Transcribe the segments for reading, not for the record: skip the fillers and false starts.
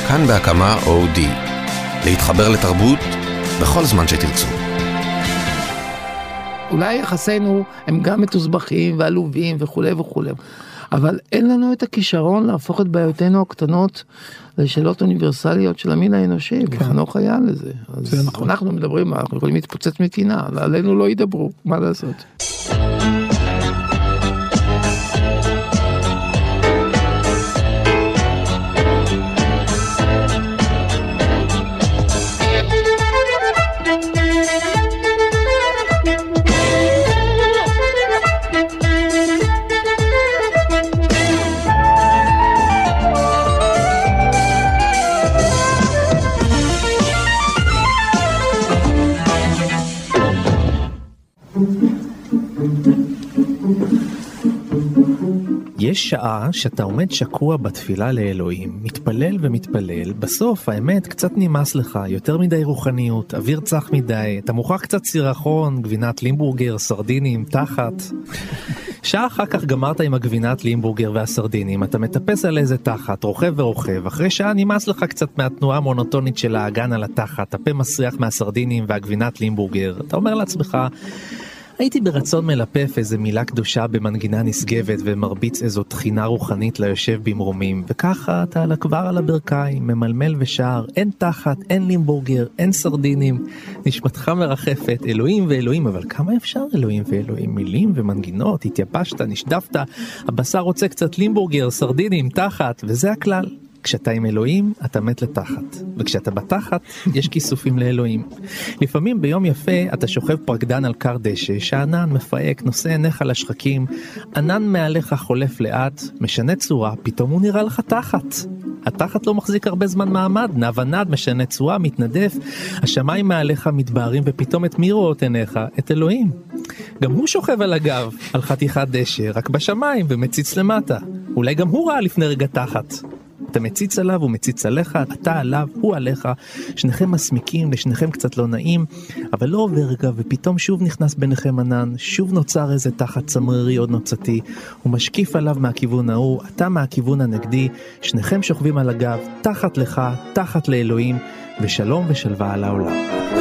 כאן בהקמה OD. להתחבר לתרבות בכל זמן שתרצו. אולי יחסינו הם גם מתוסבכים ועלובים וכו' וכו', אבל אין לנו את הכישרון להפוך את בעיותינו הקטנות לשאלות אוניברסליות של המין האנושי, וחנוך היה לזה. אז אנחנו מדברים, אנחנו יכולים להתפוצץ מקינה, עלינו לא ידברו, מה לעשות? יש שעה שאתה עומד שקוע בתפילה לאלוהים, מתפלל ומתפלל, בסוף האמת קצת נמאס לך, יותר מדי רוחניות, אוויר צח מדי, אתה מוכרח קצת סירחון, גבינת לימבורגר, סרדינים, תחת. שעה אחר כך גמרת עם הגבינת לימבורגר והסרדינים, אתה מטפס על איזה תחת, רוכב ורוכב, אחרי שעה נמאס לך קצת מהתנועה המונוטונית של האגן על התחת, הפה מסריח מהסרדינים והגבינת לימבורגר, אתה אומר לעצמך, הייתי ברצון מלפף איזה מילה קדושה במנגינה נשגבת ומרביץ איזו תחינה רוחנית ליושב במרומים, וככה אתה כבר על הברכיים, ממלמל ושר, אין תחת, אין לימבורגר, אין סרדינים, נשמתך מרחפת, אלוהים ואלוהים, אבל כמה אפשר אלוהים ואלוהים? מילים ומנגינות, התייבשת, נשדפת, הבשר רוצה קצת לימבורגר, סרדינים, תחת, וזה הכלל. כשאתה עם אלוהים, אתה מת לתחת. וכשאתה בתחת, יש כיסופים לאלוהים. לפעמים ביום יפה, אתה שוכב פרקדן על קר דשא, שהענן מפהק, נושא עיניך לשחקים, ענן מעליך חולף לאט, משנה צורה, פתאום הוא נראה לך תחת. התחת לא מחזיק הרבה זמן מעמד, נע ונד, משנה צורה, מתנדף, השמיים מעליך מתבהרים, ופתאום את מי רואות עיניך? את אלוהים. גם הוא שוכב על הגב, על חתיכת דשא, רק בשמיים, ומציץ למטה. אולי גם הוא ראה לפני רגע תחת. אתה מציץ עליו, הוא מציץ עליך, אתה עליו, הוא עליך, שניכם מסמיקים, לשניכם קצת לא נעים, אבל לא עובר רגע, ופתאום שוב נכנס ביניכם ענן, שוב נוצר איזה תחת צמרירי עוד נוצתי, הוא משקיף עליו מהכיוון ההוא, אתה מהכיוון הנגדי, שניכם שוכבים על הגב, תחת לך, תחת לאלוהים, ושלום ושלווה על העולם.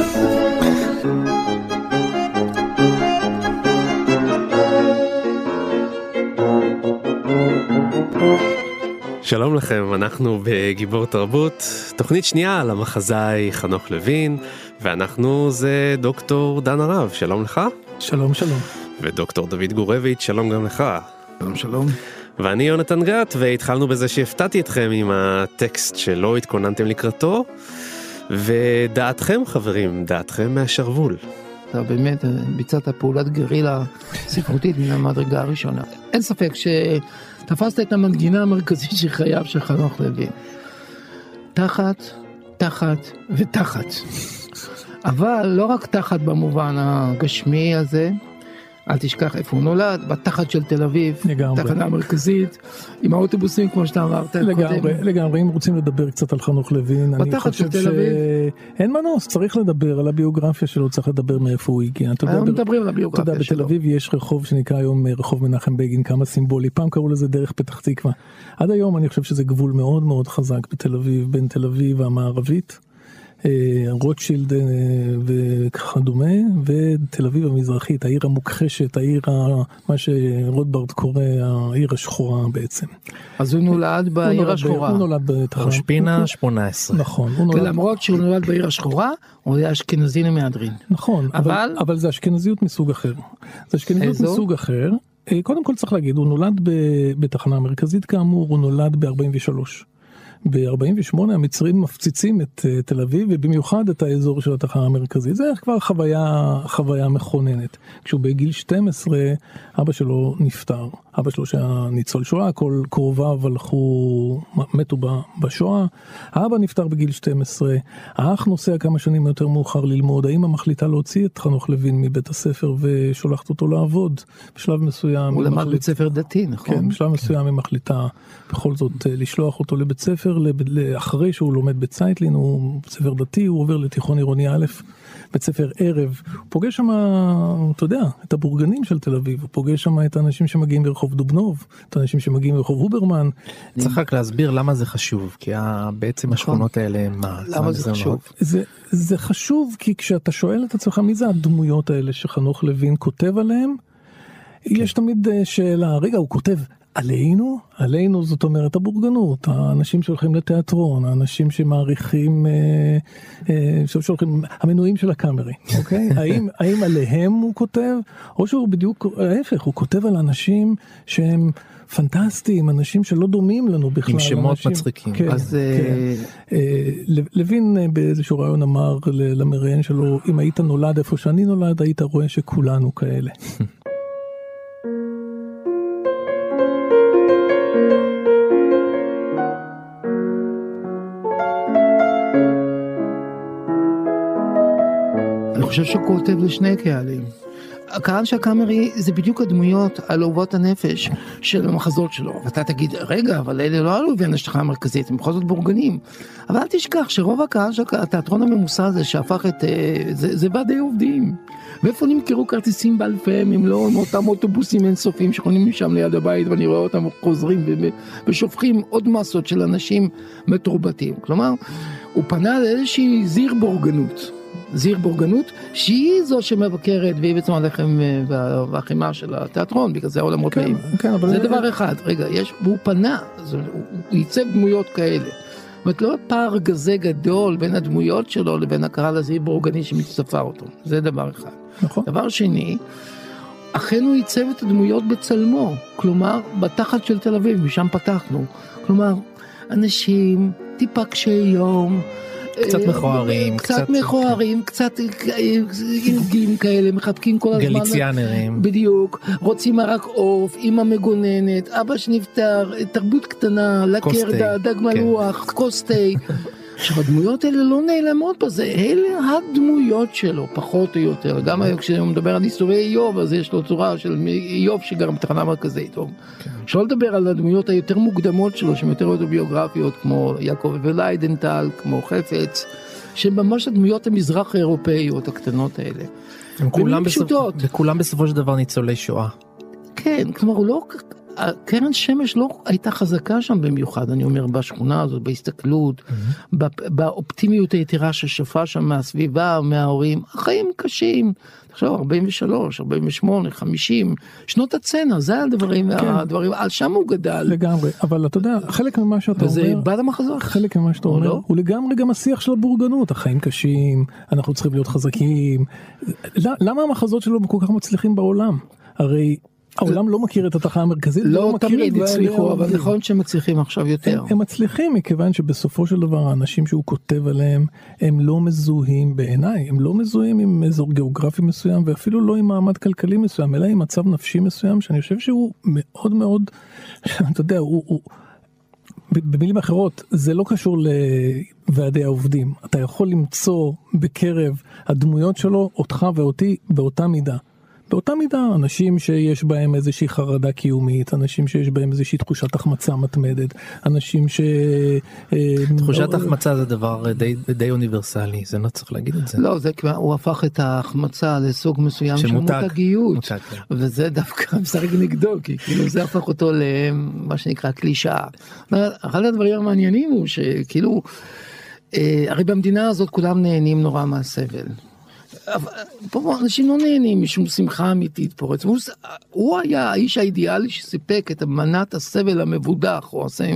שלום לכם, אנחנו בגיבור תרבות, תוכנית שנייה על המחזאי חנוך לוין, ואנחנו זה דוקטור דן הרב, שלום לך. שלום, שלום. ודוקטור דוד גורביץ', שלום גם לך. שלום, שלום. ואני יונתן גת, והתחלנו בזה שהפתעתי אתכם עם הטקסט שלא התכוננתם לקראתו, ודעתכם חברים, דעתכם מהשרוול. אתה באמת ביצעת פעולת גרילה ספרותית מן המדרגה הראשונה. אין ספק שתפסת את המנגינה המרכזית של חייו של חנוך לוין. תחת, תחת ותחת. אבל לא רק תחת במובן הגשמי הזה, אל תשכח איפה הוא נולד, בתחת של תל אביב, תחנה המרכזית, עם האוטובוסים כמו שאתה אמרת. לגמרי, אם רוצים לדבר קצת על חנוך לוין, אני חושב שאין מנוס, צריך לדבר על הביוגרפיה שלו, צריך לדבר מאיפה הוא הגיע. אנחנו מדברים על הביוגרפיה שלו. בתל אביב יש רחוב שנקרא היום רחוב מנחם בגין, כמה סימבולי, פעם קראו לזה דרך פתח תקווה. עד היום אני חושב שזה גבול מאוד מאוד חזק בתל אביב, בין תל אביב המערבית, רוטשילד וכדומה, ותל אביב המזרחית, העיר המוכחשת, העיר, מה שרוטברט קורא, העיר השחורה בעצם. אז הוא נולד בעיר השחורה. הוא נולד ראש פינה 18. נכון. ולמרות שהוא נולד בעיר השחורה, הוא היה אשכנזי למהדרין. נכון, אבל זה אשכנזיות מסוג אחר. זה אשכנזיות מסוג אחר. קודם כל צריך להגיד, הוא נולד בתחנה המרכזית כאמור, הוא נולד ב-43. ב-48 המצרים מפציצים את תל אביב, ובמיוחד את האזור של התחנה המרכזית. זה כבר חוויה מכוננת. כשהוא בגיל 12, אבא שלו נפטר. אבא שלו שהיה ניצול שואה, כל קרוביו מתו בשואה. האבא נפטר בגיל 12. האח נוסע כמה שנים יותר מאוחר ללמוד. האמא מחליטה להוציא את חנוך לוין מבית הספר ושולחת אותו לעבוד. בשלב מסוים... הוא למד בית ספר דתי, נכון? כן, בשלב מסוים היא מחליטה בכל זאת לשלוח אותו לבית ספר, אחרי שהוא לומד בצייטלין, הוא בית ספר דתי, הוא עובר לתיכון עירוני א' בית ספר ערב, הוא פוגש שם, אתה יודע, את הבורגנים של תל אביב, הוא פוגש שם את האנשים שמגיעים ברחוב דובנוב, את האנשים שמגיעים ברחוב הוברמן. צריך רק להסביר למה זה חשוב, כי בעצם השכונות האלה, למה זה חשוב? זה חשוב כי כשאתה שואל את עצמך מי זה הדמויות האלה שחנוך לוין כותב עליהם, יש תמיד שאלה, רגע, הוא כותב עלינו? עלינו זאת אומרת הבורגנות, האנשים שהולכים לתיאטרון, האנשים שמעריכים, שהולכים, המנויים של הקאמרי, אוקיי? האם עליהם הוא כותב, או שהוא בדיוק ההפך, הוא כותב על אנשים שהם פנטסטיים, אנשים שלא דומים לנו בכלל. עם שמות אנשים, מצחיקים. כן, אז כן. לוין באיזשהו רעיון אמר למראיין שלו, אם היית נולד איפה שאני נולד, היית רואה שכולנו כאלה. אני חושב שהוא כותב לשני קהלים. הקהל של הקאמרי זה בדיוק הדמויות על אהובות הנפש של המחזות שלו. ואתה תגיד, רגע, אבל אלה לא עלו בין השטחה המרכזית, הם בכל זאת בורגנים. אבל אל תשכח שרוב הקהל של התיאטרון הממוסע הזה שהפך את... זה ועדי עובדים. ואיפה נמכרו כרטיסים באלפיהם, אם לא עם אותם אוטובוסים אינסופיים שחונים משם ליד הבית, ואני רואה אותם חוזרים ושופכים עוד מסות של אנשים מתורבתים. כלומר, הוא פנה לאיזושהי זיר בורגנות. זיר בורגנות, שהיא זו שמבקרת, והיא בעצם הלחם והחימה של התיאטרון, בגלל זה העולמות כן, באים. כן, זה דבר אחד. רגע, והוא פנה, הוא ייצב דמויות כאלה. זאת אומרת, לא פער גזה גדול בין הדמויות שלו לבין הקהל הזיר בורגני שמצטפה אותו. זה דבר אחד. נכון. דבר שני, אכן הוא ייצב את הדמויות בצלמו, כלומר, בתחת של תל אביב, משם פתחנו. כלומר, אנשים טיפה קשי יום, קצת מכוערים, קצת מכוערים, קצת אינגים כאלה, מחבקים כל הזמן. גליציאנרים. בדיוק, רוצים מרק עוף, אמא מגוננת, אבא שנפטר, תרבות קטנה, לקרדה, דג מלוח, קוסטי. עכשיו, הדמויות האלה לא נעלמות בזה, אלה הדמויות שלו, פחות או יותר. גם כשהוא מדבר על נישואי איוב, אז יש לו צורה של איוב שגר בתחנה מרכזית. אפשר לדבר על הדמויות היותר מוקדמות שלו, שהן יותר אוטוביוגרפיות, כמו יעקב וליידנטל, כמו חפץ, שהן ממש הדמויות המזרח האירופאיות הקטנות האלה. וכולם בסופו של דבר ניצולי שואה. כן, כלומר, הוא לא... קרן שמש לא הייתה חזקה שם במיוחד, אני אומר, בשכונה הזאת, בהסתכלות, באופטימיות היתרה ששפה שם מהסביבה, מההורים, החיים קשים, עכשיו 43, 48, 50, שנות הצנע, זה הדברים, על שם הוא גדל. לגמרי, אבל אתה יודע, חלק ממה שאתה אומר, וזה בא למחזות. חלק ממה שאתה אומר, הוא לגמרי גם השיח של הבורגנות, החיים קשים, אנחנו צריכים להיות חזקים, למה המחזות שלו כל כך מצליחים בעולם? הרי העולם לא מכיר את התחנה המרכזית, לא תמיד הצליחו, אבל נכון שהם מצליחים עכשיו יותר. הם מצליחים מכיוון שבסופו של דבר האנשים שהוא כותב עליהם, הם לא מזוהים בעיניי, הם לא מזוהים עם אזור גיאוגרפי מסוים, ואפילו לא עם מעמד כלכלי מסוים, אלא עם מצב נפשי מסוים, שאני חושב שהוא מאוד מאוד, אתה יודע, במילים אחרות, זה לא קשור לוועדי העובדים. אתה יכול למצוא בקרב הדמויות שלו, אותך ואותי, באותה מידה. באותה מידה, אנשים שיש בהם איזושהי חרדה קיומית, אנשים שיש בהם איזושהי תחושת החמצה מתמדת, אנשים ש... תחושת החמצה זה דבר די אוניברסלי, זה לא צריך להגיד את זה. לא, זה כבר, הוא הפך את ההחמצה לסוג מסוים של מותגיות, וזה דווקא משחק נגדו, כי כאילו זה הפך אותו למה שנקרא קלישאה. אחד הדברים המעניינים הוא שכאילו, הרי במדינה הזאת כולם נהנים נורא מהסבל. פה אנשים לא נהנים משום שמחה אמיתית פה. הוא היה האיש האידיאלי שסיפק את מנת הסבל המבודח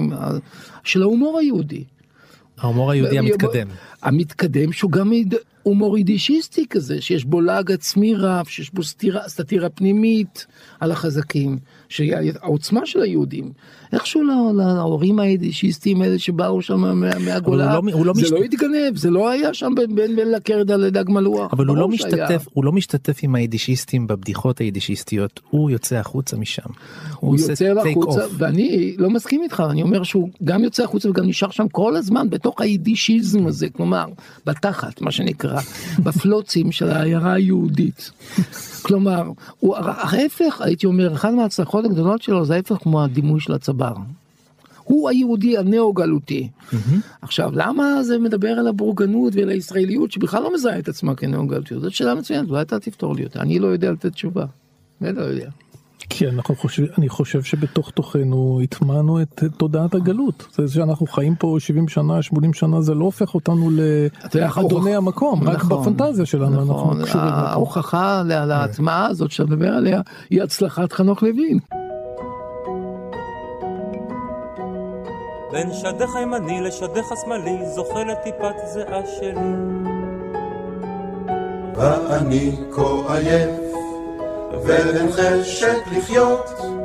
של ההומור היהודי. ההומור היהודי המתקדם. המתקדם שהוא גם הומור יידישיסטי כזה, שיש בו לעג עצמי רב, שיש בו סטירה פנימית על החזקים, שהעוצמה של היהודים. איכשהו להורים היידישיסטים האלה שבאו שם מהגולה, זה לא התגנב, זה לא היה שם בין לקרדה לדג מלוח. אבל הוא לא משתתף עם היידישיסטים בבדיחות היידישיסטיות, הוא יוצא החוצה משם. הוא יוצא החוצה, ואני לא מסכים איתך, אני אומר שהוא גם יוצא החוצה וגם נשאר שם כל הזמן בתוך היידישיזם הזה, כלומר, בתחת, מה שנקרא, בפלוצים של העיירה היהודית. כלומר, ההפך, הייתי אומר, אחד מההצלחות הגדולות שלו, זה ההפך כמו הדימוי של הצבר. הוא היהודי הנאו-גלותי. עכשיו, למה זה מדבר על הבורגנות ועל הישראליות שבכלל לא מזהה את עצמה כנאו-גלותיות? זאת שאלה מצוינת, אולי אתה תפתור לי אותה. אני לא יודע לתת תשובה. אני לא יודע. כי אני חושב שבתוך תוכנו התמנו את תודעת הגלות. זה שאנחנו חיים פה 70 שנה, 80 שנה, זה לא הופך אותנו לאדוני המקום, רק בפנטזיה שלנו אנחנו קשורים לפה. ההוכחה להטמעה הזאת שאתה מדבר עליה, היא הצלחת חנוך לוין. בין שדך הימני לשדך השמאלי, זוחלת טיפת זיעה שלי. ואני כה עייף ואין חשק לחיות,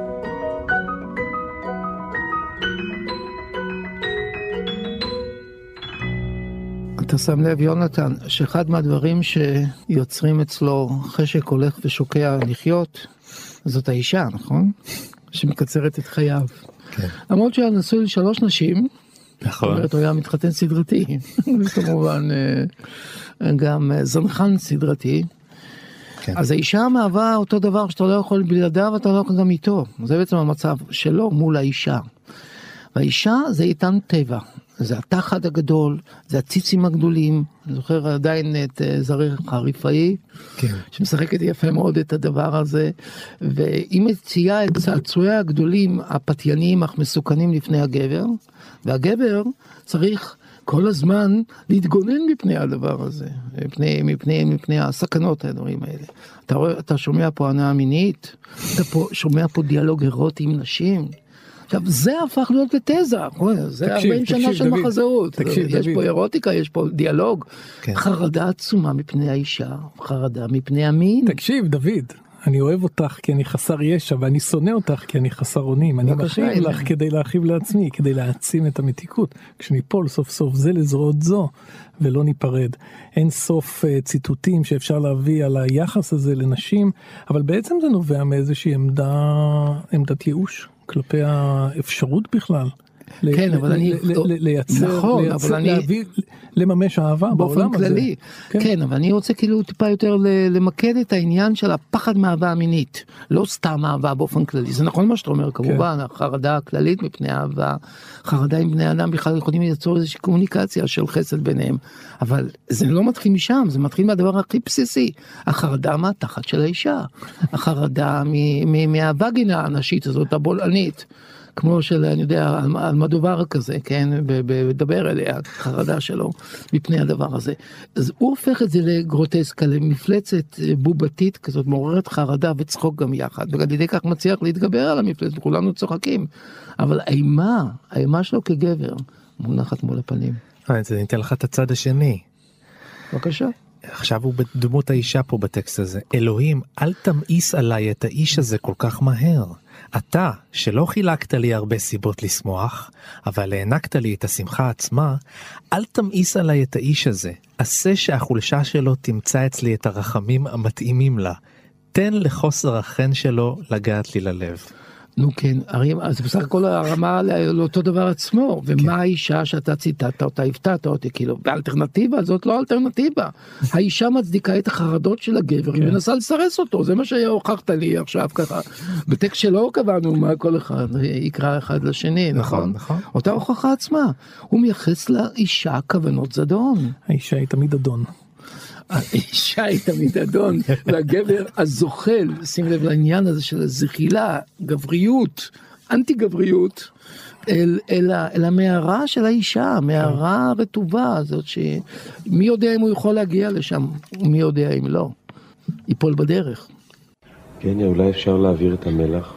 אתה שם לב, יונתן, שאחד מהדברים שיוצרים אצלו חשק הולך ושוקע לחיות, זאת האישה, נכון? שמקצרת את חייו. כן. למרות שהיה נשוי ל3 נשים, נכון. זאת אומרת, הוא היה מתחתן סדרתי, וכמובן גם זנחן סדרתי. כן. אז האישה מהווה אותו דבר שאתה לא יכול בלעדיו, ואתה לא יכול גם איתו. זה בעצם המצב שלו מול האישה. והאישה זה איתן טבע. זה התחת הגדול, זה הציצים הגדולים. אני זוכר עדיין את זריך הרפאי, כן. שמשחקת יפה מאוד את הדבר הזה. והיא מציעה את צעצועי הגדולים, הפתייניים אך מסוכנים לפני הגבר. והגבר צריך כל הזמן להתגונן מפני הדבר הזה, מפני הסכנות הדברים האלה. אתה שומע פה הנאה מינית, אתה שומע פה דיאלוג אירוטי עם נשים. עכשיו, זה הפך להיות לתזה, זה 40 שנה של מחזאות. יש פה אירוטיקה, יש פה דיאלוג. חרדה עצומה מפני האישה, חרדה מפני המין. תקשיב, דוד. אני אוהב אותך כי אני חסר ישע, ואני שונא אותך כי אני חסר אונים. אני מכאיב לך כדי להכאיב לעצמי, כדי להעצים את המתיקות. כשניפול סוף סוף זה לזרועות זו, ולא ניפרד. אין סוף ציטוטים שאפשר להביא על היחס הזה לנשים, אבל בעצם זה נובע מאיזושהי עמדת ייאוש, כלפי האפשרות בכלל. כן, אבל אני לייצר, לממש אהבה בעולם הזה. כללי. כן, אבל אני רוצה כאילו טיפה יותר למקד את העניין של הפחד מאהבה המינית. לא סתם אהבה באופן כללי. זה נכון מה שאתה אומר, כמובן, החרדה הכללית מפני אהבה, חרדה עם בני אדם בכלל יכולים ליצור איזושהי קומוניקציה של חסד ביניהם. אבל זה לא מתחיל משם, זה מתחיל מהדבר הכי בסיסי. החרדה מהתחת של האישה. החרדה מהווגינה הנשית הזאת, הבולענית. כמו של, אני יודע, על מדובר כזה, כן, בדבר אליה, חרדה שלו, מפני הדבר הזה. אז הוא הופך את זה לגרוטסקה, למפלצת בובתית כזאת, מעוררת חרדה וצחוק גם יחד, ועל ידי כך מצליח להתגבר על המפלצת, וכולנו צוחקים. אבל האימה שלו כגבר, מונחת מול הפנים. זה ניתן לך את הצד השני. בבקשה. עכשיו הוא בדמות האישה פה בטקסט הזה. אלוהים, אל תמאיס עליי את האיש הזה כל כך מהר. אתה, שלא חילקת לי הרבה סיבות לשמוח, אבל הענקת לי את השמחה עצמה, אל תמאיס עליי את האיש הזה. עשה שהחולשה שלו תמצא אצלי את הרחמים המתאימים לה. תן לחוסר החן שלו לגעת לי ללב. נו כן, אז בסך הכל הרמה לאותו דבר עצמו, ומה האישה שאתה ציטטת אותה, הפתעת אותי, כאילו, באלטרנטיבה, זאת לא אלטרנטיבה. האישה מצדיקה את החרדות של הגבר, היא מנסה לסרס אותו, זה מה שהוכחת לי עכשיו ככה. בטקסט שלא קבענו מה כל אחד יקרא אחד לשני, נכון? אותה הוכחה עצמה. הוא מייחס לאישה כוונות זדון. האישה היא תמיד אדון. האישה היא תמיד אדון, והגבר הזוחל, שים לב לעניין הזה של הזחילה, גבריות, אנטי גבריות, אל המערה של האישה, המערה הרטובה הזאת, שמי יודע אם הוא יכול להגיע לשם, ומי יודע אם לא, ייפול בדרך. גניה, אולי אפשר להעביר את המלח?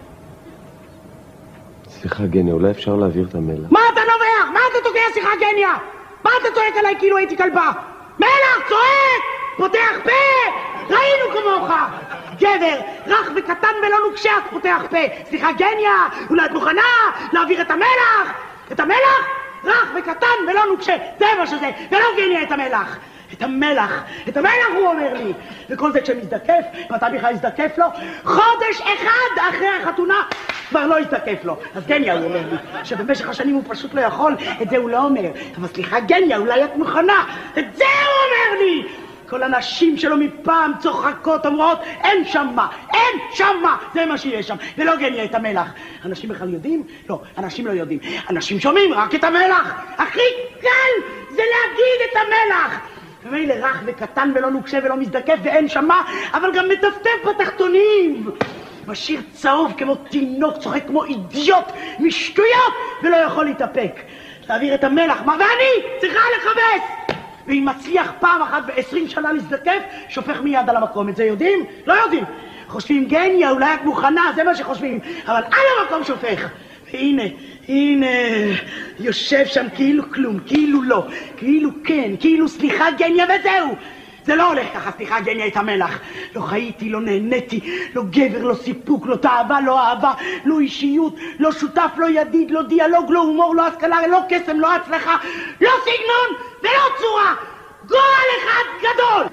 סליחה גניה, אולי אפשר להעביר את המלח? מה אתה נובח? מה אתה תוקע? סליחה גניה? מה אתה צועק עליי כאילו הייתי כלבה? מלח, צועק, פותח פה, ראינו כמוך. גבר, רך וקטן ולא נוקשח, פותח פה. סליחה גניה, אולי את מוכנה להעביר את המלח? את המלח? רך וקטן ולא נוקשח, זה מה שזה, ולא גניה את המלח. את המלח הוא אומר לי. וכל זה כשמזדקף, ואתה בכלל הזדקף לו, חודש אחד אחרי החתונה כבר לא הזדקף לו. אז גניה הוא אומר לי, שבמשך השנים הוא פשוט לא יכול, את זה הוא לא אומר. אבל סליחה גניה, אולי את מוכנה, את זה הוא אומר לי. כל הנשים שלו מפעם צוחקות, אומרות, אין שמה, אין שמה, זה מה שיש שם, ולא גניה את המלח. אנשים בכלל יודעים? לא, אנשים לא יודעים. אנשים שומעים רק את המלח. הכי קל זה להגיד את המלח. ומילא רך וקטן ולא נוקשה ולא מזדקף ואין שמה, אבל גם מטפטף בתחתונים. משאיר צהוב כמו תינוק, צוחק כמו אידיוט, משטויות, ולא יכול להתאפק. תעביר את המלח, מה ואני צריכה לחפש. ואם מצליח פעם אחת ב20 שנה להזדקף, שופך מיד על המקום. את זה יודעים? לא יודעים. חושבים גניה, אולי את מוכנה, זה מה שחושבים. אבל על המקום שופך. והנה, הנה, יושב שם כאילו כלום, כאילו לא, כאילו כן, כאילו סליחה גניה וזהו. זה לא הולך ככה, סליחה גניה את המלח. לא חייתי, לא נהניתי, לא גבר, לא סיפוק, לא תאווה, לא אהבה, לא אישיות, לא שותף, לא ידיד, לא דיאלוג, לא הומור, לא השכלה, לא קסם, לא הצלחה, לא סגנון ולא צורה. גועל אחד גדול.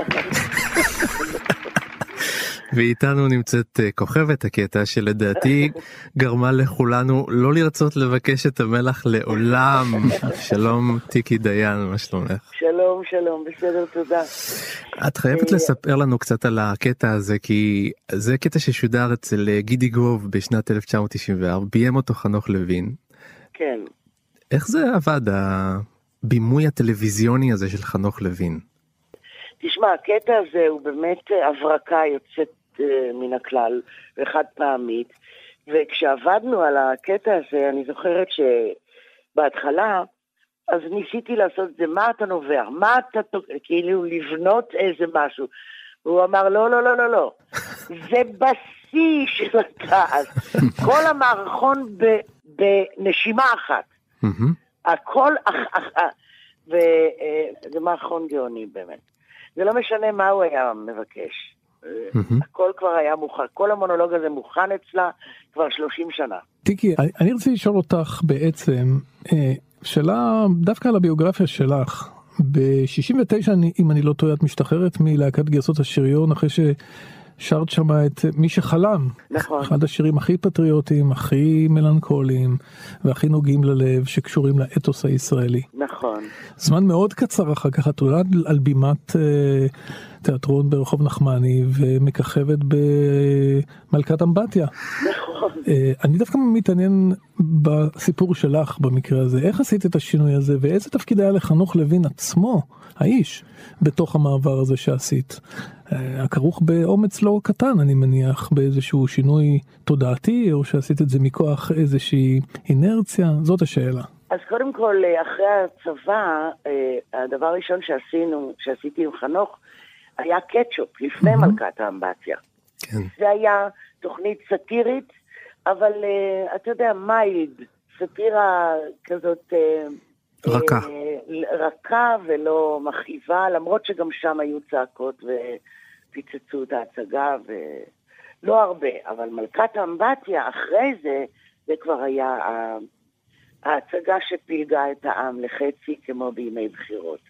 ואיתנו נמצאת כוכבת הקטע שלדעתי גרמה לכולנו לא לרצות לבקש את המלח לעולם. שלום טיקי דיין, מה שלומך? שלום, שלום, בסדר, תודה. את חייבת לספר לנו קצת על הקטע הזה, כי זה קטע ששודר אצל גידי גוב בשנת 1994, ביים אותו חנוך לוין. כן. איך זה עבד, הבימוי הטלוויזיוני הזה של חנוך לוין? תשמע, הקטע הזה הוא באמת הברקה יוצאת מן הכלל וחד פעמית, וכשעבדנו על הקטע הזה, אני זוכרת שבהתחלה, אז ניסיתי לעשות את זה, מה אתה נובע? מה אתה, כאילו לבנות איזה משהו? הוא אמר, לא, לא, לא, לא, לא. זה בשיא של הכעס. כל המערכון בנשימה אחת. הכל, וזה מערכון גאוני באמת. זה לא משנה מה הוא היה מבקש. הכל כבר היה מוכן, כל המונולוג הזה מוכן אצלה כבר 30 שנה. טיקי, אני רוצה לשאול אותך בעצם, שאלה דווקא על הביוגרפיה שלך. ב-69, אם אני לא טועה, את משתחררת מלהקת גייסות השריון, אחרי ששרת שמה את מי שחלם. נכון. אחד השירים הכי פטריוטיים, הכי מלנכוליים, והכי נוגעים ללב, שקשורים לאתוס הישראלי. נכון. זמן מאוד קצר אחר כך, את עולה על בימת תיאטרון ברחוב נחמני, ומככבת במלכת אמבטיה. נכון. אני דווקא מתעניין בסיפור שלך במקרה הזה. איך עשית את השינוי הזה, ואיזה תפקיד היה לחנוך לוין עצמו, האיש, בתוך המעבר הזה שעשית? הכרוך באומץ לא קטן, אני מניח, באיזשהו שינוי תודעתי, או שעשית את זה מכוח איזושהי אינרציה? זאת השאלה. אז קודם כל, אחרי הצבא, הדבר הראשון שעשיתי עם חנוך, היה קטשופ, לפני מלכת האמבטיה. כן. זה היה תוכנית סאטירית, אבל אתה יודע, מיילד, סאטירה כזאת רכה. רכה ולא מכאיבה, למרות שגם שם היו צעקות ופיצצו את ההצגה, ולא הרבה, אבל מלכת האמבטיה, אחרי זה, זה כבר היה ההצגה שפילגה את העם לחצי כמו בימי בחירות.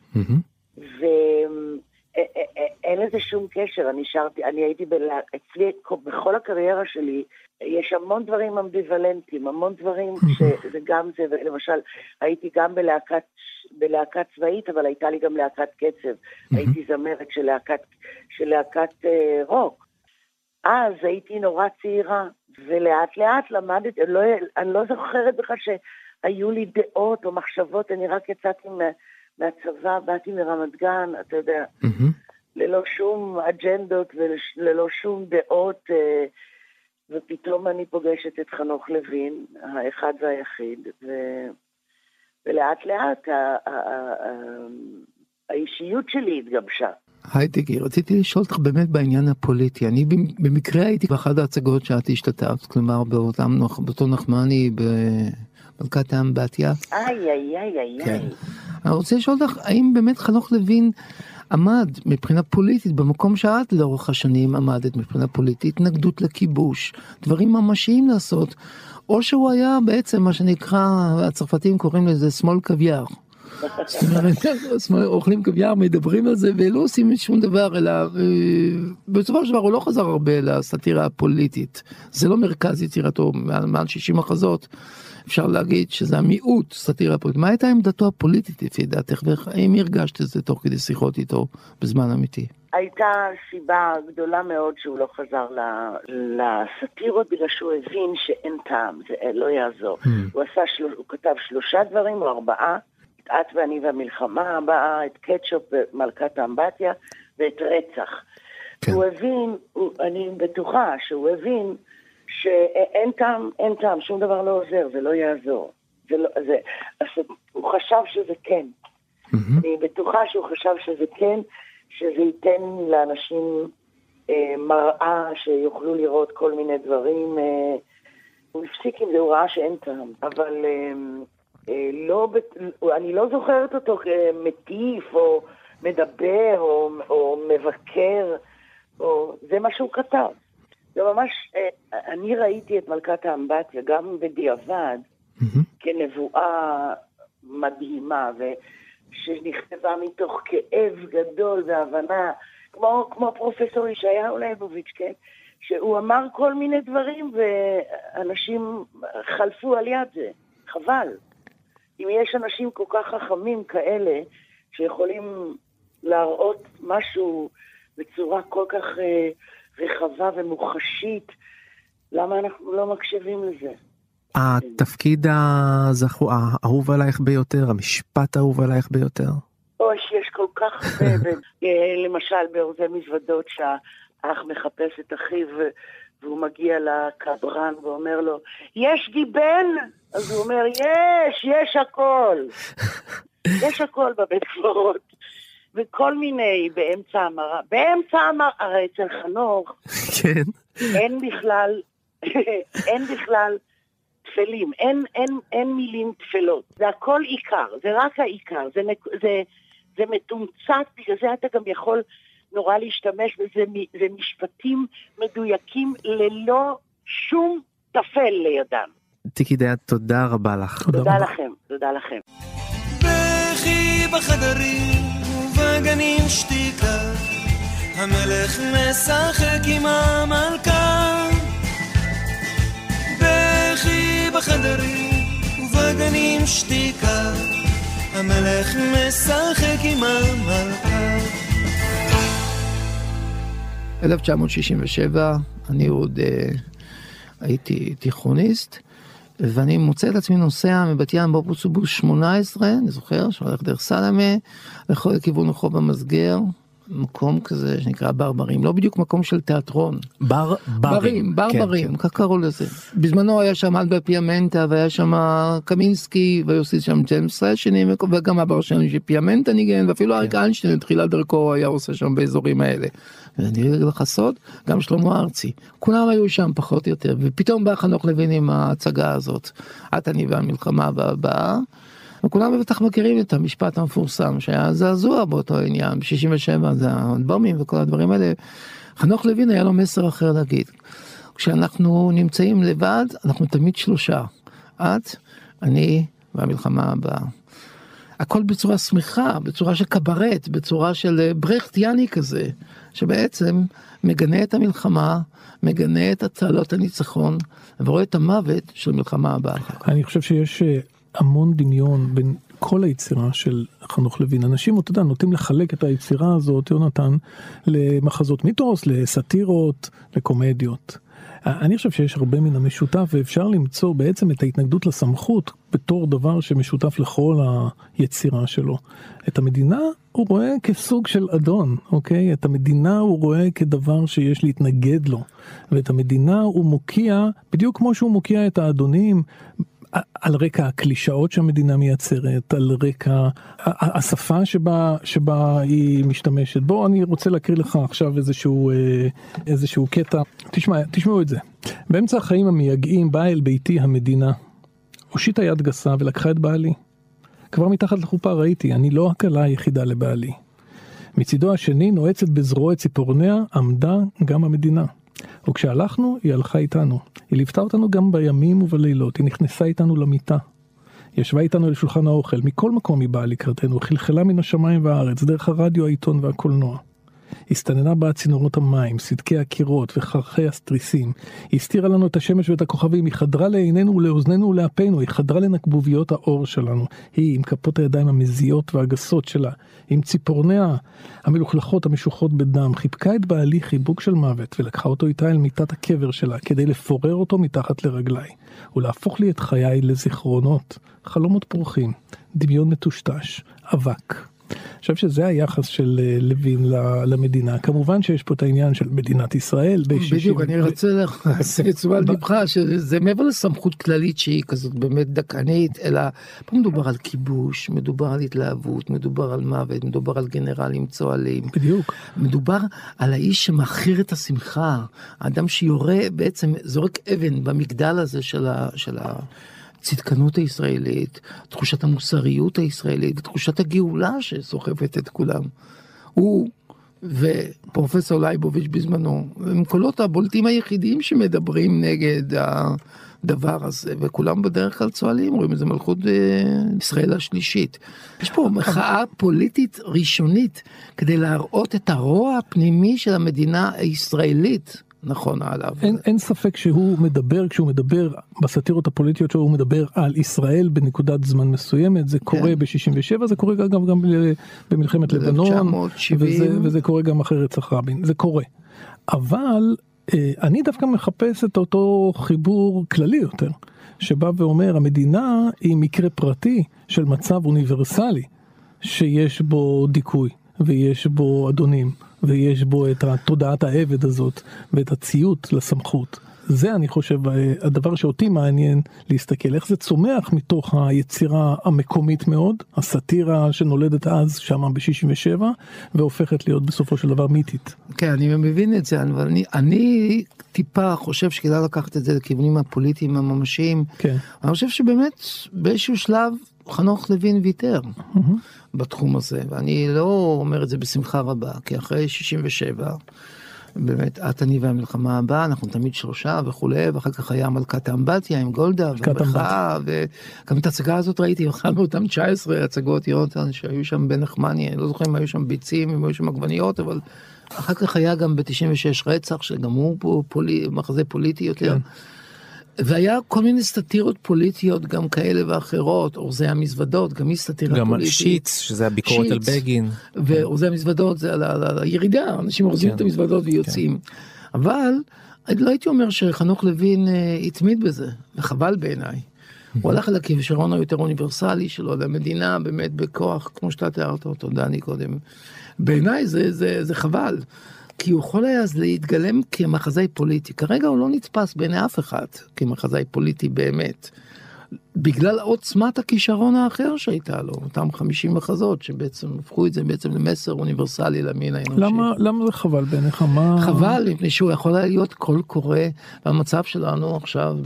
ואין לזה שום קשר, אני הייתי אצלי, בכל הקריירה שלי, יש המון דברים אמביוולנטיים, המון דברים שזה גם זה, למשל, הייתי גם בלהקת צבאית, אבל הייתה לי גם להקת קצב, הייתי זמרת של להקת רוק. אז הייתי נורא צעירה, ולאט לאט למדתי, אני לא זוכרת בכלל שהיו לי דעות או מחשבות, אני רק יצאתי מהצבא, באתי מרמת גן, אתה יודע, ללא שום אג'נדות וללא שום דעות, ופתאום אני פוגשת את חנוך לוין, האחד והיחיד, ולאט לאט האישיות שלי התגבשה. היי טיקי, רציתי לשאול אותך באמת בעניין הפוליטי. אני במקרה הייתי באחד ההצגות שאת השתתפת, כלומר באותו נחמני במלכת האמבטיה. איי. אני רוצה לשאול אותך, האם באמת חנוך לוין עמד מבחינה פוליטית במקום שאת לאורך השנים עמדת מבחינה פוליטית, התנגדות לכיבוש, דברים ממשיים לעשות, או שהוא היה בעצם מה שנקרא, הצרפתים קוראים לזה שמאל קוויאר. זאת אומרת, אוכלים קוויאר, מדברים על זה ולא עושים שום דבר, אלא בסופו של דבר הוא לא חזר הרבה לסאטירה הפוליטית. זה לא מרכז יצירתו, מעל 60 מחזות, אפשר להגיד שזה המיעוט סאטירה פוליטית. מה הייתה עמדתו הפוליטית לפי דעתך, והאם הרגשת את זה תוך כדי שיחות איתו בזמן אמיתי? הייתה סיבה גדולה מאוד שהוא לא חזר לסאטירות, בגלל שהוא הבין שאין טעם, זה לא יעזור. הוא כתב 3 דברים או 4, את ואני והמלחמה הבאה, את קטשופ ומלכת האמבטיה, ואת רצח. הוא הבין, אני בטוחה שהוא הבין שאין טעם, שום דבר לא עוזר, זה לא יעזור. הוא חשב שזה כן. אני בטוחה שהוא חשב שזה כן, שזה ייתן לאנשים מראה שיוכלו לראות כל מיני דברים. הוא הפסיק עם זה, הוא ראה שאין טעם. אבל אני לא זוכרת אותו כמטיף או מדבר או מבקר, זה מה שהוא כתב. זה ממש, אני ראיתי את מלכת האמבטיה גם בדיעבד כנבואה מדהימה שנכתבה מתוך כאב גדול והבנה, כמו פרופסור ישעיהו ליבוביץ', כן? שהוא אמר כל מיני דברים ואנשים חלפו על יד זה. חבל. אם יש אנשים כל כך חכמים כאלה שיכולים להראות משהו בצורה כל כך רחבה ומוחשית, למה אנחנו לא מקשיבים לזה? התפקיד האהוב עלייך ביותר, המשפט האהוב עלייך ביותר? יש כל כך הרבה, למשל באורזי מזוודות שהאח מחפש את אחיו והוא מגיע לקברן ואומר לו, יש גיבל? אז הוא אומר, יש הכל. יש הכל בבית קברות. וכל מיני באמצע המרה, הרי אצל חנוך, כן. אין בכלל תפלים, אין מילים תפלות, זה הכל עיקר, זה רק העיקר, זה מתומצת, בגלל זה אתה גם יכול נורא להשתמש בזה, זה משפטים מדויקים ללא שום תפל לידם. תיקי דיין, תודה רבה לך. תודה לכם, תודה לכם. בכי בחדרים ובגנים שתיקה, המלך משחק עם המלכה. בכי בחדרים ובגנים שתיקה, המלך משחק עם המלכה. 1967, אני עוד הייתי תיכוניסט, ואני מוצא את עצמי נוסע מבת ים באוטובוס 18, אני זוכר, שהולך דרך סלמה, לכיוון רחוב המסגר, מקום כזה שנקרא ברברים, לא בדיוק מקום של תיאטרון. ברברים, כך קראו לזה. בזמנו היה שם אלבה פיאמנטה, והיה שם קמינסקי, ויוסי שם ג'יימס רשני, וגם אבר שלנו שפיאמנטה ניגן, ואפילו אריק איינשטיין, תחילת דרכו היה עושה שם באזורים האלה. ואני אגיד לך סוד, גם שלמה ארצי. כולם היו שם פחות או יותר, ופתאום בא חנוך לוין עם ההצגה הזאת. את אני והמלחמה הבאה, וכולם בטח מכירים את המשפט המפורסם, שהיה זעזוע באותו עניין, ב-67 זה האלבומים וכל הדברים האלה. חנוך לוין היה לו מסר אחר להגיד. כשאנחנו נמצאים לבד, אנחנו תמיד 3. את, אני והמלחמה הבאה. הכל בצורה שמחה, בצורה של קברט, בצורה של ברכטיאני כזה, שבעצם מגנה את המלחמה, מגנה את הצהלות הניצחון, ורואה את המוות של מלחמה הבאה. אני חושב שיש המון דמיון בין כל היצירה של חנוך לוין. אנשים, אתה יודע, נוטים לחלק את היצירה הזאת, יונתן, למחזות מיתוס, לסאטירות, לקומדיות. אני חושב שיש הרבה מן המשותף, ואפשר למצוא בעצם את ההתנגדות לסמכות בתור דבר שמשותף לכל היצירה שלו. את המדינה הוא רואה כסוג של אדון, אוקיי? את המדינה הוא רואה כדבר שיש להתנגד לו, ואת המדינה הוא מוקיע, בדיוק כמו שהוא מוקיע את האדונים, על רקע הקלישאות שהמדינה מייצרת, על רקע השפה שבה היא משתמשת. בוא, אני רוצה להקריא לך עכשיו איזשהו קטע. תשמעו את זה. באמצע החיים המייגעים באה אל ביתי המדינה. הושיטה יד גסה ולקחה את בעלי. כבר מתחת לחופה ראיתי, אני לא הכלה היחידה לבעלי. מצידו השני נועצת בזרוע את ציפורניה, עמדה גם המדינה. וכשהלכנו, היא הלכה איתנו. היא ליוותה אותנו גם בימים ובלילות, היא נכנסה איתנו למיטה. ישבה איתנו לשולחן האוכל, מכל מקום היא באה לקראתנו, חלחלה מן השמיים והארץ, דרך הרדיו, העיתון והקולנוע. הסתננה בה צינורות המים, סדקי הקירות וחרכי הסטריסים. היא הסתירה לנו את השמש ואת הכוכבים, היא חדרה לעינינו ולאוזנינו ולאפינו, היא חדרה לנקבוביות האור שלנו. היא עם כפות הידיים המזיות והגסות שלה, עם ציפורניה המלוכלכות המשוחות בדם, חיבקה את בעלי חיבוק של מוות ולקחה אותו איתה אל מיטת הקבר שלה כדי לפורר אותו מתחת לרגליי ולהפוך לי את חיי לזיכרונות, חלומות פורחים, דמיון מטושטש, אבק. אני חושב שזה היחס של לוין למדינה. כמובן שיש פה את העניין של מדינת ישראל. בדיוק, אני רוצה להעשה את תשומת לבך, שזה מעבר לסמכות כללית שהיא כזאת באמת דקנית, אלא פה מדובר על כיבוש, מדובר על התלהבות, מדובר על מוות, מדובר על גנרלים צועלים. בדיוק. מדובר על האיש שמאחיר את השמחה, האדם שיורה בעצם, זורק אבן במגדל הזה של הצדקנות הישראלית, תחושת המוסריות הישראלית, תחושת הגאולה שסוחפת את כולם. הוא ופרופסור לייבוביץ' בזמנו, הם קולות הבולטים היחידים שמדברים נגד הדבר הזה, וכולם בדרך כלל צועלים, רואים איזה מלכות ישראל השלישית. יש פה מחאה פוליטית ראשונית, כדי להראות את הרוע הפנימי של המדינה הישראלית, נכון עליו. אין ספק שהוא מדבר, כשהוא מדבר בסאטירות הפוליטיות שהוא מדבר על ישראל בנקודת זמן מסוימת, זה קורה ב-67, זה קורה גם במלחמת לבנון, וזה קורה גם אחרי רצח רבין, זה קורה. אבל אני דווקא מחפש את אותו חיבור כללי יותר, שבא ואומר, המדינה היא מקרה פרטי של מצב אוניברסלי, שיש בו דיכוי, ויש בו אדונים, ויש בו את תודעת העבד הזאת, ואת הציות לסמכות. זה אני חושב הדבר שאותי מעניין להסתכל, איך זה צומח מתוך היצירה המקומית מאוד, הסאטירה שנולדת אז שם ב-67, והופכת להיות בסופו של דבר מיתית. כן, אני מבין את זה, אבל אני טיפה חושב שכדאי לקחת את זה לכיוונים הפוליטיים הממשיים. כן. אני חושב שבאמת באיזשהו שלב חנוך לוין ויתר בתחום הזה, ואני לא אומר את זה בשמחה רבה, כי אחרי 67, באמת, את אני והמלחמה הבאה, אנחנו תמיד שלושה וכו', ואחר כך היה מלכת האמבטיה עם גולדה, ומחאה, וגם את ההצגה הזאת ראיתי, אכלנו אותם 19 הצגות יונתן, שהיו שם בנחמני, אני לא זוכר אם היו שם ביצים, אם היו שם עגבניות, אבל אחר כך היה גם ב-96 רצח, שגם הוא פה מחזה פוליטי יותר, והיה כל מיני סאטירות פוליטיות גם כאלה ואחרות, אורזי המזוודות, גם היא סאטירה פוליטית. גם על שיץ, שזה הביקורת על בגין. ואורזי המזוודות זה על הירידה, אנשים אורזים את המזוודות ויוצאים. אבל לא הייתי אומר שחנוך לוין התמיד בזה, וחבל בעיניי. הוא הלך על הכישרון היותר אוניברסלי שלו, למדינה באמת בכוח, כמו שאתה תיארת אותו, דני קודם. בעיניי זה חבל. כי הוא יכול היה אז להתגלם כמחזאי פוליטי. כרגע הוא לא נתפס בעיני אף אחד כמחזאי פוליטי באמת. בגלל עוצמת הכישרון האחר שהייתה לו, אותם 50 מחזות שבעצם הפכו את זה בעצם למסר אוניברסלי למין האנושי. למה זה חבל בעיניך? חבל, מפני שהוא יכול להיות קול קורא, והמצב שלנו עכשיו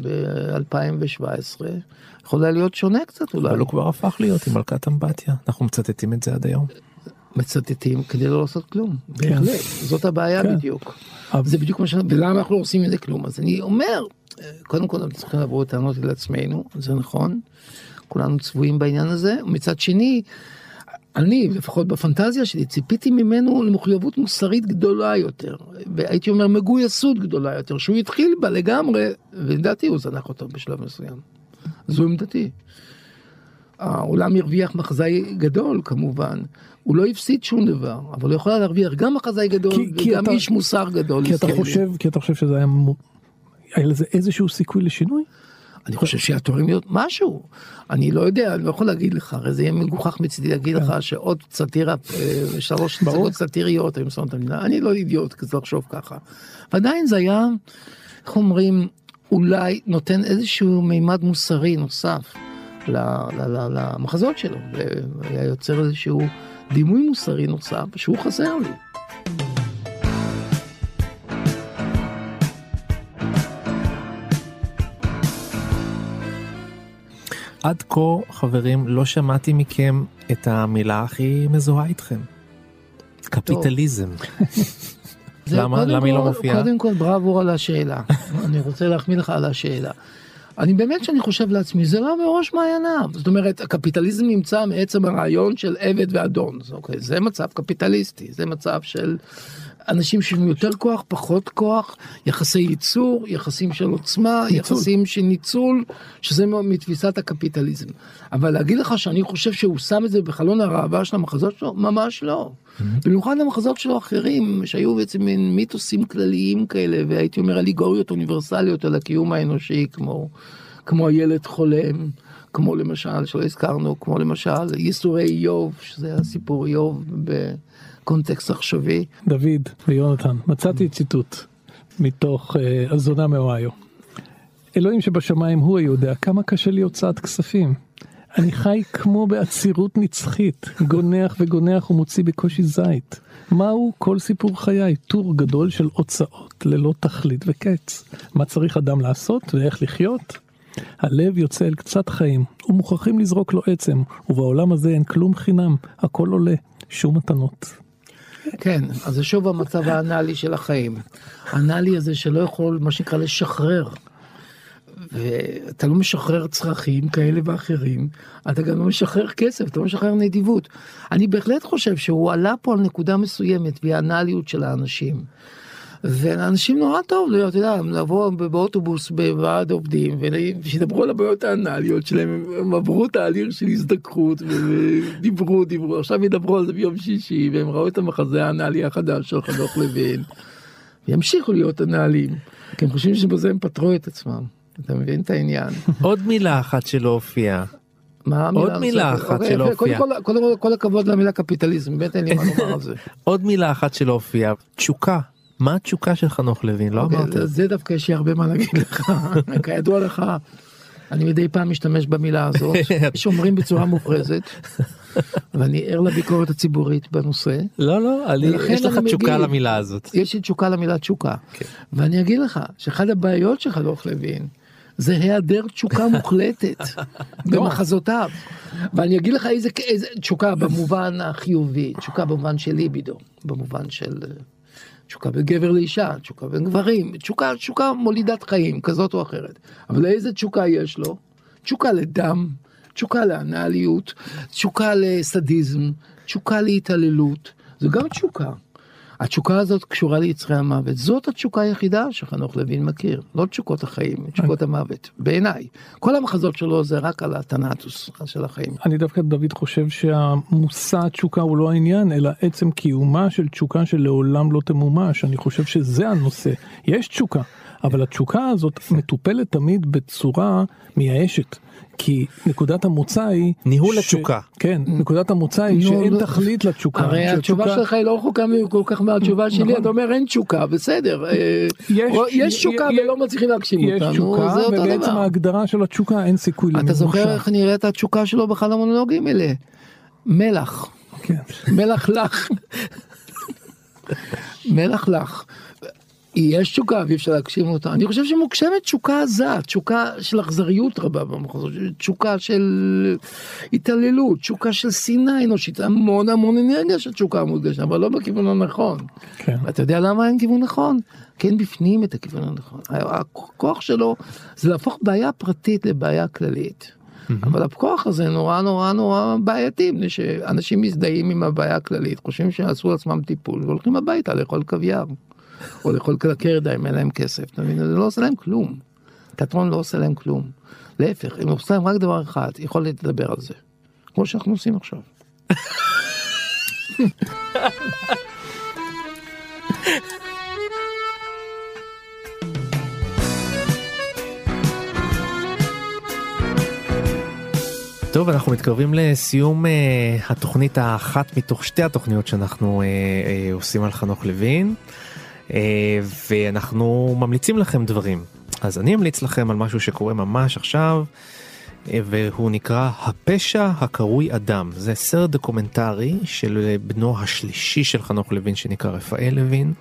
ב-2017, יכול להיות שונה קצת אולי. אבל הוא כבר הפך להיות עם מלכת אמבטיה. אנחנו מצטטים את זה עד היום. מצטטים כדי לא לעשות כלום. בהחלט, זאת הבעיה בדיוק. זה בדיוק מה שאני, ולמה אנחנו לא עושים מזה כלום? אז אני אומר, קודם כל, אנחנו צריכים לעבור טענות לעצמנו, זה נכון, כולנו צבועים בעניין הזה, ומצד שני, אני, לפחות בפנטזיה שלי, ציפיתי ממנו למחויבות מוסרית גדולה יותר, והייתי אומר מגויסות גדולה יותר, שהוא התחיל בה לגמרי, ולדעתי הוא זנח אותו בשלב מסוים. זו עמדתי. העולם הרוויח מחזאי גדול כמובן, הוא לא הפסיד שום דבר, אבל הוא יכול להרוויח גם מחזאי גדול וגם איש מוסר גדול. כי אתה חושב שזה היה לזה איזשהו סיכוי לשינוי? אני חושב שהתוארים להיות משהו, אני לא יודע, אני לא יכול להגיד לך, הרי זה יהיה מגוחך מצידי להגיד לך שעוד סאטירה, 3 הצגות סאטיריות, אני לא אידיוט כזה לחשוב ככה, ועדיין זה היה, איך אומרים, אולי נותן איזשהו מימד מוסרי נוסף למחזות שלו, והיה יוצר איזשהו דימוי מוסרי נוסף שהוא חסר לי. עד כה, חברים, לא שמעתי מכם את המילה הכי מזוהה איתכם. קפיטליזם. למה היא לא מופיעה? קודם כל בראבור על השאלה. אני רוצה להחמיא לך על השאלה. אני באמת שאני חושב לעצמי, זה לא בראש מעייניו. זאת אומרת, הקפיטליזם נמצא מעצם הרעיון של עבד ואדון. אוקיי, זה מצב קפיטליסטי, זה מצב של אנשים שיש יותר כוח, פחות כוח, יחסי ייצור, יחסים של עוצמה, יחסים של ניצול, שזה מתפיסת הקפיטליזם. אבל להגיד לך שאני חושב שהוא שם את זה בחלון הראווה של המחזות שלו, ממש לא. במיוחד המחזות שלו אחרים, שהיו בעצם מין מיתוסים כלליים כאלה, והייתי אומר אליגוריות אוניברסליות על הקיום האנושי, כמו הילד חולם, כמו למשל, שלא הזכרנו, כמו למשל ייסורי איוב, שזה הסיפור איוב בקונטקסט עכשווי. דוד ויונתן, מצאתי ציטוט מתוך הזונה מאוהיו. אלוהים שבשמיים הוא היודע כמה קשה לי הוצאת כספים. אני חי כמו בעצירות נצחית, גונח וגונח ומוציא בקושי זית. מהו כל סיפור חיי? טור גדול של הוצאות ללא תכלית וקץ. מה צריך אדם לעשות ואיך לחיות? הלב יוצא אל קצת חיים, ומוכרחים לזרוק לו עצם, ובעולם הזה אין כלום חינם, הכל עולה, שום מתנות. כן, אז זה שוב המצב האנלי של החיים. האנלי הזה שלא יכול, מה שנקרא, לשחרר. ואתה לא משחרר צרכים כאלה ואחרים, אתה גם לא משחרר כסף, אתה לא משחרר נדיבות. אני בהחלט חושב שהוא עלה פה על נקודה מסוימת, והיא האנליות של האנשים. ואנשים נורא טוב, אתה יודע, לבוא באוטובוס בוועד עובדים, ושידברו על הבעיות האנליות שלהם, הם עברו תהליך של הזדקחות, ודיברו, עכשיו ידברו על זה ביום שישי, והם ראו את המחזה האנלי החדש של חנוך לוין, וימשיכו להיות אנליים, כי הם חושבים שבזה הם פתרו את עצמם. אתה מבין את העניין? עוד מילה אחת שלא הופיעה. עוד מילה אחת שלא הופיעה. כל הכבוד למילה קפיטליזם, באמת אין לי מה לומר על זה. עוד מילה אחת שלא הופיעה, תשוקה. מה התשוקה של חנוך לוין? לא אמרת. זה דווקא יש לי הרבה מה להגיד לך. כידוע לך, אני מדי פעם משתמש במילה הזאת, שאומרים בצורה מופרזת, ואני ער לביקורת הציבורית בנושא. לא, יש לך תשוקה למילה הזאת. יש לי תשוקה למילה תשוקה. ואני אגיד לך, שאחד הבעיות של חנוך לוין, זה היעדר תשוקה מוחלטת במחזותיו. ואני אגיד לך איזה תשוקה במובן החיובי, תשוקה במובן של ליבידו, במובן של תשוקה בגבר לאישה, תשוקה בין גברים, תשוקה מולידת חיים, כזאת או אחרת. אבל איזה תשוקה יש לו? תשוקה לדם, תשוקה לאנליות, תשוקה לסדיזם, תשוקה להתעללות. זו גם תשוקה. התשוקה הזאת קשורה ליצרי המוות. זאת התשוקה היחידה שחנוך לוין מכיר. לא תשוקות החיים, תשוקות המוות. בעיניי. כל המחזות שלו זה רק על התנאטוס של החיים. אני דווקא דוד חושב שהמושא התשוקה הוא לא העניין, אלא עצם קיומה של תשוקה שלעולם לא תמומש. אני חושב שזה הנושא. יש תשוקה, אבל התשוקה הזאת מטופלת תמיד בצורה מייאשת. כי נקודת המוצא היא ניהול התשוקה. כן, נקודת המוצא היא שאין תכלית לתשוקה. הרי התשובה שלך היא לא רחוקה כל כך מהתשובה שלי, אתה אומר אין תשוקה, בסדר. יש תשוקה ולא מצליחים להגשים אותנו. יש תשוקה, ובעצם ההגדרה של התשוקה אין סיכוי למימושה. אתה זוכר איך נראית התשוקה שלו באחד המונולוגים האלה? מלח. מלח לך. מלח לך. יש תשוקה ואי אפשר להגשים אותה. אני חושב שמוגשמת תשוקה עזה, תשוקה של אכזריות רבה במחוזות, תשוקה של התעללות, תשוקה של שנאה אנושית, המון אנרגיה של תשוקה מודגשת, אבל לא בכיוון הנכון. כן. אתה יודע למה אין כיוון נכון? כי אין בפנים את הכיוון הנכון. הכוח שלו זה להפוך בעיה פרטית לבעיה כללית. אבל הכוח הזה נורא בעייתי, מפני שאנשים מזדהים עם הבעיה הכללית, חושבים שעשו לעצמם טיפול, והולכים הביתה לאכול קוויאר. או לכל קרדה אם אין להם כסף, זה לא עושה להם כלום. תיאטרון לא עושה להם כלום. להפך, אם עושה להם רק דבר אחד, יכול לדבר על זה. כמו שאנחנו עושים עכשיו. טוב, אנחנו מתקרבים לסיום התוכנית האחת מתוך שתי התוכניות שאנחנו עושים על חנוך לוין. ואנחנו ממליצים לכם דברים. אז אני אמליץ לכם על משהו שקורה ממש עכשיו, והוא נקרא הפשע הקרוי אדם. זה סרט דוקומנטרי של בנו השלישי של חנוך לוין שנקרא רפאל לוין.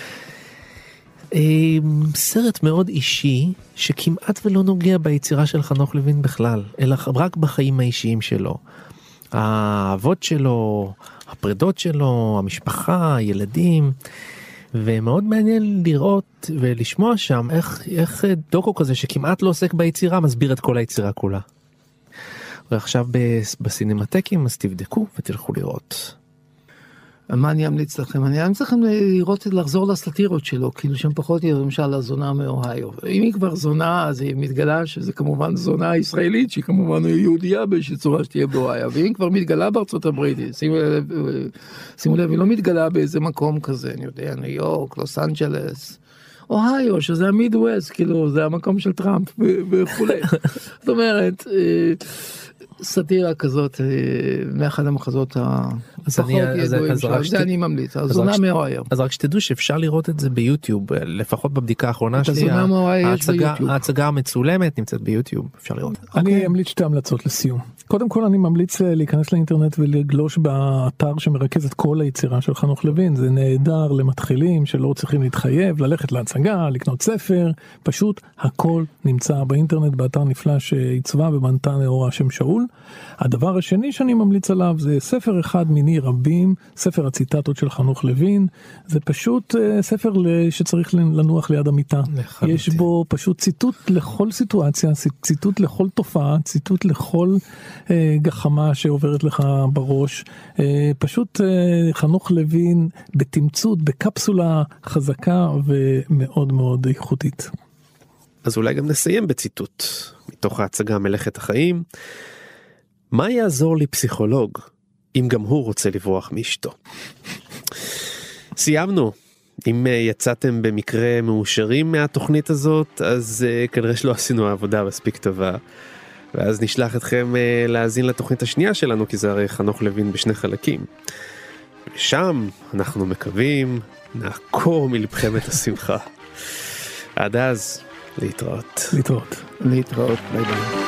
סרט מאוד אישי שכמעט ולא נוגע ביצירה של חנוך לוין בכלל, אלא רק בחיים האישיים שלו. האהבות שלו, הפרדות שלו, המשפחה, הילדים. ומאוד מעניין לראות ולשמוע שם איך דוקו כזה שכמעט לא עוסק ביצירה מסביר את כל היצירה כולה. ועכשיו בסינמטקים אז תבדקו ותלכו לראות. מה אני אמליץ לכם? אני אמליץ לכם לראות, לחזור לסאטירות שלו, כאילו שהם פחות יהיו, למשל, הזונה מאוהיו. אם היא כבר זונה, אז היא מתגלה שזה כמובן זונה ישראלית, שהיא כמובן יהודיה באיזושהי צורה שתהיה באוהיו. ואם כבר מתגלה בארצות הברית, שימו לב, היא לא מתגלה באיזה מקום כזה, אני יודע, ניו יורק, לוס אנג'לס, אוהיו, שזה המידווסט, כאילו, זה המקום של טראמפ וכו'. זאת אומרת, סאטירה כזאת, מאחד המחזות הפחות ידועים שלו, זה אני ממליץ, הזונה מאוהיו. אז רק שתדעו שאפשר לראות את זה ביוטיוב, לפחות בבדיקה האחרונה שלי, ההצגה המצולמת נמצאת ביוטיוב, אפשר לראות. אני אמליץ שתי המלצות לסיום. קודם כל אני ממליץ להיכנס לאינטרנט ולגלוש באתר שמרכז את כל היצירה של חנוך לוין, זה נהדר למתחילים שלא צריכים להתחייב, ללכת להצגה, לקנות ספר, פשוט הכל נמצא באינטרנט, באתר נפלא שעיצבה ובנתה נאורה שם שאול. הדבר השני שאני ממליץ עליו זה ספר אחד מיני רבים, ספר הציטטות של חנוך לוין, זה פשוט ספר שצריך לנוח ליד המיטה. יש בו פשוט ציטוט לכל סיטואציה, ציטוט לכל תופעה, ציטוט לכל גחמה שעוברת לך בראש, פשוט חנוך לוין בתמצות, בקפסולה חזקה ומאוד מאוד איכותית. אז אולי גם נסיים בציטוט מתוך ההצגה מלאכת החיים. מה יעזור לי פסיכולוג אם גם הוא רוצה לברוח מאשתו? סיימנו. אם יצאתם במקרה מאושרים מהתוכנית הזאת, אז כנראה שלא עשינו העבודה מספיק טובה. ואז נשלח אתכם להאזין לתוכנית השנייה שלנו, כי זה הרי חנוך לוין בשני חלקים. ושם אנחנו מקווים נעקור מלבכם את השמחה. עד אז, להתראות. להתראות. להתראות, ביי ביי.